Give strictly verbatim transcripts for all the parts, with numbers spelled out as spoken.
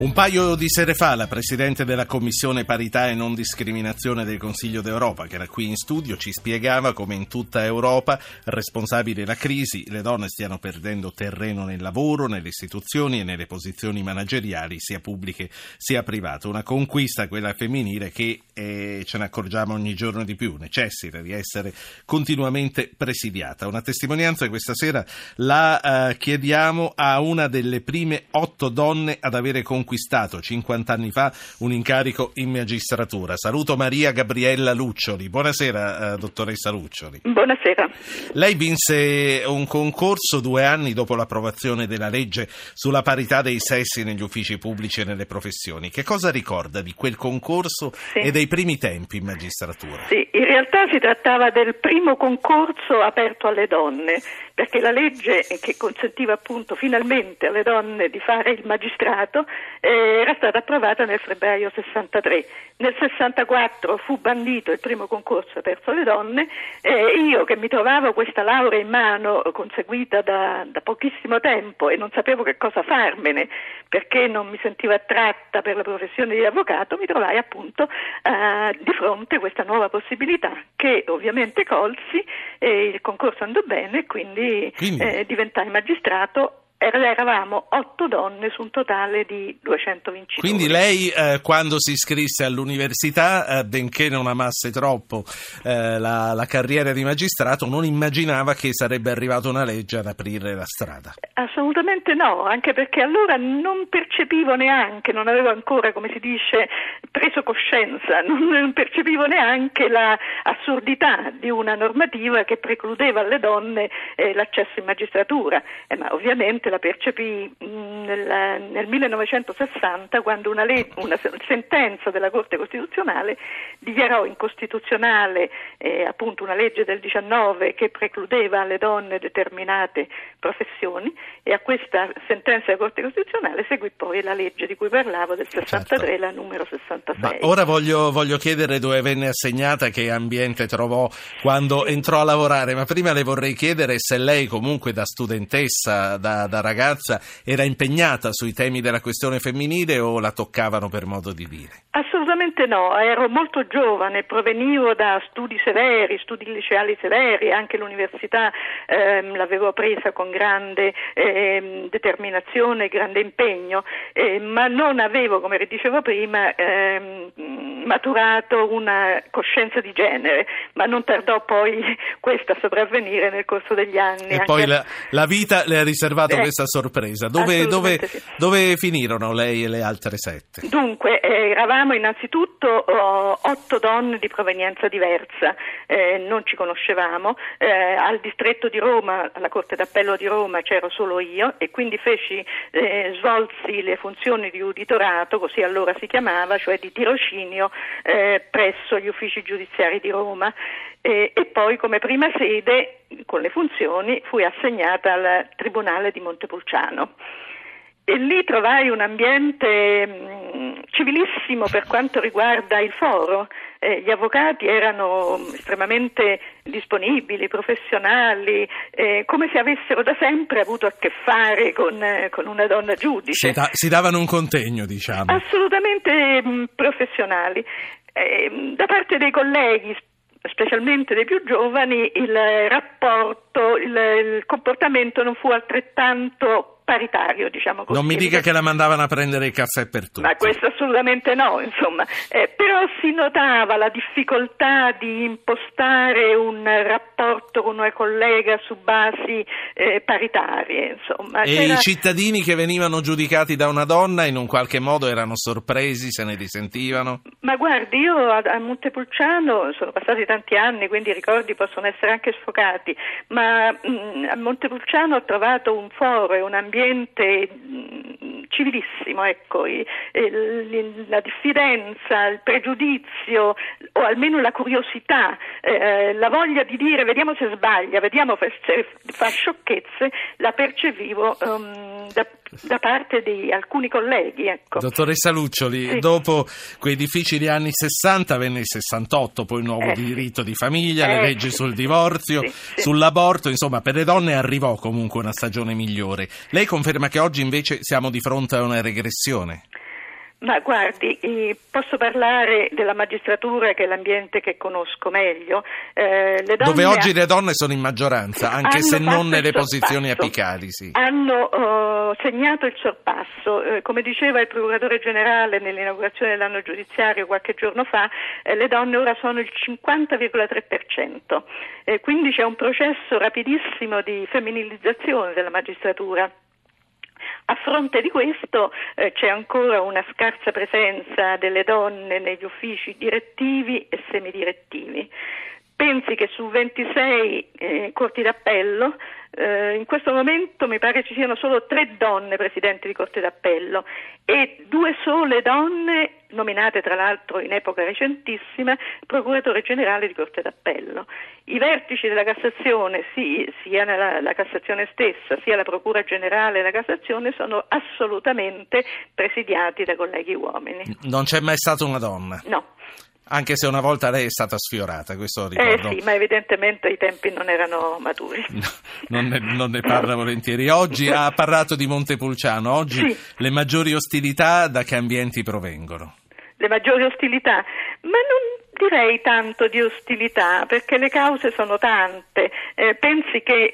Un paio di sere fa la Presidente della Commissione Parità e Non Discriminazione del Consiglio d'Europa, che era qui in studio, ci spiegava come in tutta Europa, responsabile della crisi, le donne stiano perdendo terreno nel lavoro, nelle istituzioni e nelle posizioni manageriali, sia pubbliche sia private. Una conquista, quella femminile, che eh, ce ne accorgiamo ogni giorno di più, necessita di essere continuamente presidiata. Una testimonianza questa sera la eh, chiediamo a una delle prime otto donne ad avere conquistato cinquanta anni fa un incarico in magistratura. Saluto Maria Gabriella Luccioli. Buonasera, eh, dottoressa Luccioli. Buonasera. Lei vinse un concorso due anni dopo l'approvazione della legge sulla parità dei sessi negli uffici pubblici e nelle professioni. Che cosa ricorda di quel concorso sì. e dei primi tempi in magistratura? Sì, in realtà si trattava del primo concorso aperto alle donne, perché la legge che consentiva appunto finalmente alle donne di fare il magistrato eh, era stata approvata nel febbraio sessantatré. Nel sessantaquattro fu bandito il primo concorso aperto alle donne e eh, io che mi trovavo questa laurea in mano conseguita da, da pochissimo tempo e non sapevo che cosa farmene perché non mi sentivo attratta per la professione di avvocato, mi trovai appunto eh, di fronte a questa nuova possibilità che ovviamente colsi e il concorso andò bene e quindi, quindi... Eh, diventai magistrato. Eravamo otto donne su un totale di duecento vincitori. Quindi lei eh, quando si iscrisse all'università, eh, benché non amasse troppo eh, la, la carriera di magistrato, non immaginava che sarebbe arrivata una legge ad aprire la strada. Assolutamente no, anche perché allora non percepivo neanche, non avevo ancora, come si dice, preso coscienza, non percepivo neanche la assurdità di una normativa che precludeva alle donne eh, l'accesso in magistratura, eh, ma ovviamente la percepì nel, nel millenovecentosessanta quando una, leg- una sentenza della Corte Costituzionale dichiarò incostituzionale eh, appunto una legge del diciannove che precludeva alle donne determinate professioni e a questa sentenza della Corte Costituzionale seguì poi la legge di cui parlavo del sessantatré, certo. La numero sessantasei. Ma ora voglio, voglio chiedere dove venne assegnata, che ambiente trovò quando entrò a lavorare, ma prima le vorrei chiedere se lei comunque da studentessa, da, da ragazza, era impegnata sui temi della questione femminile o la toccavano per modo di dire? Assolutamente no, ero molto giovane, provenivo da studi severi, studi liceali severi, anche l'università ehm, l'avevo presa con grande ehm, determinazione, grande impegno, eh, ma non avevo, come dicevo prima, ehm, maturato una coscienza di genere, ma non tardò poi questa a sopravvenire nel corso degli anni. E anche poi la, la vita le ha riservato eh, questa sorpresa. Dove, dove, sì. dove finirono lei e le altre sette? Dunque, eh, eravamo innanzitutto oh, otto donne di provenienza diversa, eh, non ci conoscevamo, eh, al distretto di Roma, alla Corte d'Appello di Roma c'ero solo io e quindi feci, eh, svolsi le funzioni di uditorato, così allora si chiamava, cioè di tirocinio eh, presso gli uffici giudiziari di Roma eh, e poi come prima sede con le funzioni fui assegnata al Tribunale di Montepulciano. E lì trovai un ambiente mh, civilissimo per quanto riguarda il foro. Eh, gli avvocati erano estremamente disponibili, professionali, eh, come se avessero da sempre avuto a che fare con, eh, con una donna giudice. Si, da, si davano un contegno, diciamo. Assolutamente mh, professionali. Eh, da parte dei colleghi, specialmente dei più giovani, il rapporto, il, il comportamento non fu altrettanto paritario, diciamo così. Non mi dica che la mandavano a prendere il caffè per tutti. Ma questo assolutamente no, insomma. Eh, però si notava la difficoltà di impostare un rapporto con una collega su basi eh, paritarie, insomma. E C'era... i cittadini che venivano giudicati da una donna in un qualche modo erano sorpresi, se ne risentivano? Ma guardi, io a, a Montepulciano sono passati tanti anni, quindi i ricordi possono essere anche sfocati, ma mh, a Montepulciano ho trovato un foro e un ambiente civilissimo, ecco, la diffidenza, il pregiudizio o almeno la curiosità, eh, la voglia di dire vediamo se sbaglia, vediamo se fa sciocchezze, la percepivo um, da, da parte di alcuni colleghi, ecco. Dottoressa Luccioli, sì. Dopo quei difficili anni sessanta venne il sessantotto, poi il nuovo eh, diritto di famiglia, eh, le leggi sul divorzio, sì, sì. sull'aborto, insomma per le donne arrivò comunque una stagione migliore. Lei conferma che oggi invece siamo di fronte a una regressione? Ma guardi, eh, posso parlare della magistratura, che è l'ambiente che conosco meglio. Eh, le donne Dove oggi le donne sono in maggioranza, anche se non nelle posizioni sorpasso. apicali. Sì. Hanno uh, segnato il sorpasso. Eh, come diceva il procuratore generale nell'inaugurazione dell'anno giudiziario qualche giorno fa, eh, le donne ora sono il cinquanta virgola tre per cento. Eh, quindi c'è un processo rapidissimo di femminilizzazione della magistratura. A fronte di questo eh, c'è ancora una scarsa presenza delle donne negli uffici direttivi e semidirettivi. Pensi che su ventisei eh, corti d'appello eh, in questo momento mi pare ci siano solo tre donne presidenti di corte d'appello e due sole donne nominate tra l'altro in epoca recentissima procuratore generale di corte d'appello. I vertici della Cassazione, sì, sia nella la Cassazione stessa sia la Procura generale della Cassazione, sono assolutamente presidiati da colleghi uomini. Non c'è mai stata una donna? No. Anche se una volta lei è stata sfiorata, questo ricordo. Eh sì, ma evidentemente i tempi non erano maturi. No, non, ne, non ne parla volentieri. Oggi ha parlato di Montepulciano, oggi sì. Le maggiori ostilità da che ambienti provengono? Le maggiori ostilità? Ma non direi tanto di ostilità, perché le cause sono tante. Eh, pensi che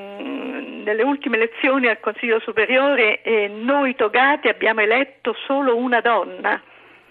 mh, nelle ultime elezioni al Consiglio Superiore eh, noi togati abbiamo eletto solo una donna.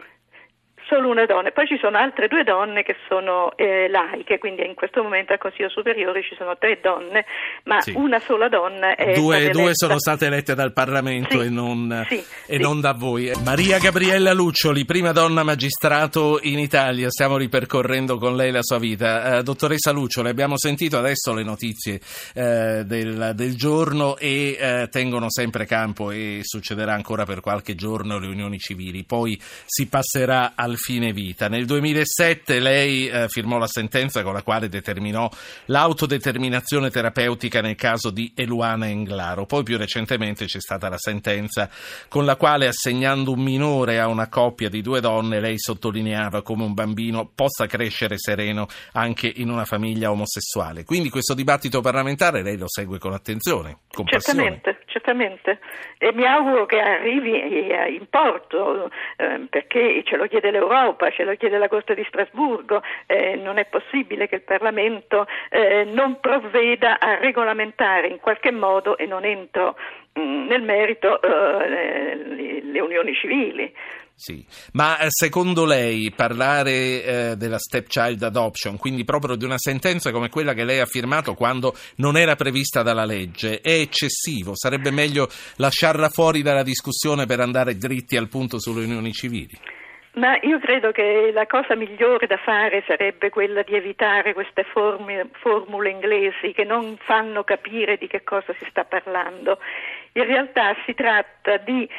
Solo una donna, poi ci sono altre due donne che sono eh, laiche, quindi in questo momento al Consiglio Superiore ci sono tre donne, ma sì. Una sola donna è due, stata due sono state elette dal Parlamento sì, e, non, sì, e sì. non da voi. Maria Gabriella Luccioli, prima donna magistrato in Italia, stiamo ripercorrendo con lei la sua vita. Uh, dottoressa Luccioli, abbiamo sentito adesso le notizie uh, del, del giorno e uh, tengono sempre campo e succederà ancora per qualche giorno le unioni civili, poi si passerà al fine vita. Nel duemilasette lei eh, firmò la sentenza con la quale determinò l'autodeterminazione terapeutica nel caso di Eluana Englaro. Poi più recentemente c'è stata la sentenza con la quale, assegnando un minore a una coppia di due donne, lei sottolineava come un bambino possa crescere sereno anche in una famiglia omosessuale. Quindi questo dibattito parlamentare lei lo segue con attenzione, con passione. Certamente, certamente. E mi auguro che arrivi in porto, eh, perché ce lo chiede l'Europa, ce lo chiede la Corte di Strasburgo. Eh, non è possibile che il Parlamento eh, non provveda a regolamentare in qualche modo, e non entro mh, nel merito, eh, le, le unioni civili. Sì, ma secondo lei parlare eh, della stepchild adoption, quindi proprio di una sentenza come quella che lei ha firmato quando non era prevista dalla legge, è eccessivo? Sarebbe meglio lasciarla fuori dalla discussione per andare dritti al punto sulle unioni civili? Ma io credo che la cosa migliore da fare sarebbe quella di evitare queste formule, formule inglesi che non fanno capire di che cosa si sta parlando. In realtà si tratta di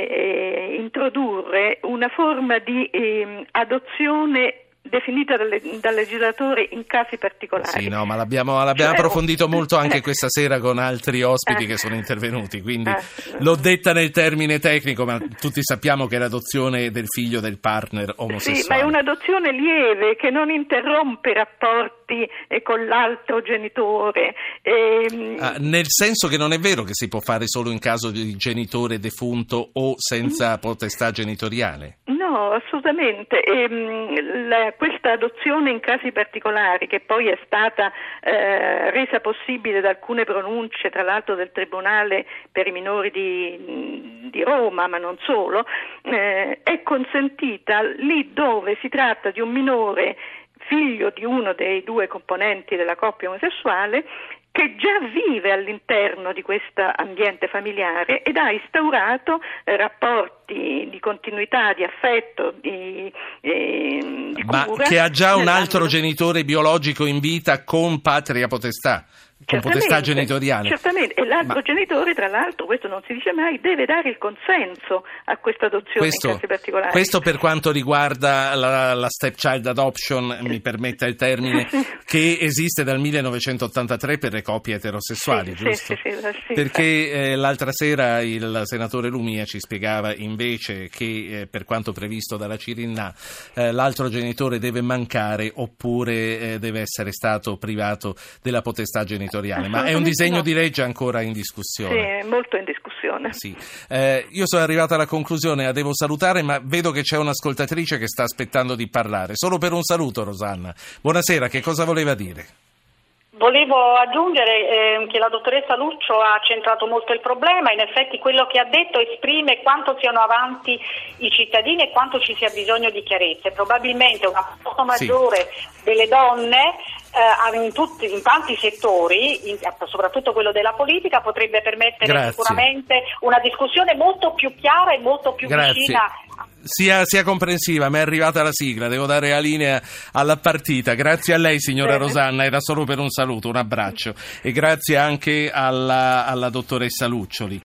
eh, introdurre una forma di eh, adozione definita dal, dal legislatore in casi particolari. Sì, no, ma l'abbiamo, l'abbiamo cioè, approfondito molto anche questa sera con altri ospiti eh, che sono intervenuti, quindi eh, l'ho detta nel termine tecnico, ma tutti sappiamo che è l'adozione del figlio del partner omosessuale. Sì, ma è un'adozione lieve che non interrompe i rapporti eh, con l'altro genitore. Eh, ah, nel senso che non è vero che si può fare solo in caso di genitore defunto o senza potestà genitoriale? No, assolutamente. Ehm, la, questa adozione in casi particolari, che poi è stata eh, resa possibile da alcune pronunce, tra l'altro del Tribunale per i minori di, di Roma, ma non solo, eh, è consentita lì dove si tratta di un minore figlio di uno dei due componenti della coppia omosessuale che già vive all'interno di questo ambiente familiare ed ha instaurato eh, rapporti di continuità, di affetto, di, eh, di Ma cura. Ma che ha già un altro genitore biologico in vita con patria potestà, con potestà genitoriale. Certamente, e l'altro Ma... genitore, tra l'altro, questo non si dice mai, deve dare il consenso a questa adozione questo, in casi particolari. Questo per quanto riguarda la, la stepchild adoption, mi permetta il termine, che esiste dal millenovecentottantatré per le coppie eterosessuali, sì, giusto? Sì, sì, sì, sì, Perché eh, l'altra sera il senatore Lumia ci spiegava invece che eh, per quanto previsto dalla Cirinna eh, l'altro genitore deve mancare oppure eh, deve essere stato privato della potestà genitoriale. territoriale, ma è un disegno di legge ancora in discussione. Sì, molto in discussione. Sì. Eh, io sono arrivata alla conclusione, la devo salutare, ma vedo che c'è un'ascoltatrice che sta aspettando di parlare. Solo per un saluto, Rosanna. Buonasera, che cosa voleva dire? Volevo aggiungere eh, che la dottoressa Luccio ha centrato molto il problema. In effetti quello che ha detto esprime quanto siano avanti i cittadini e quanto ci sia bisogno di chiarezza. Probabilmente un apporto maggiore sì. delle donne eh, in, tutti, in tanti settori, in, soprattutto quello della politica, potrebbe permettere Grazie. sicuramente una discussione molto più chiara e molto più Grazie. vicina. Sia, sia comprensiva, mi è arrivata la sigla, devo dare la linea alla partita. Grazie a lei, signora Rosanna, era solo per un saluto, un abbraccio, e grazie anche alla, alla dottoressa Luccioli.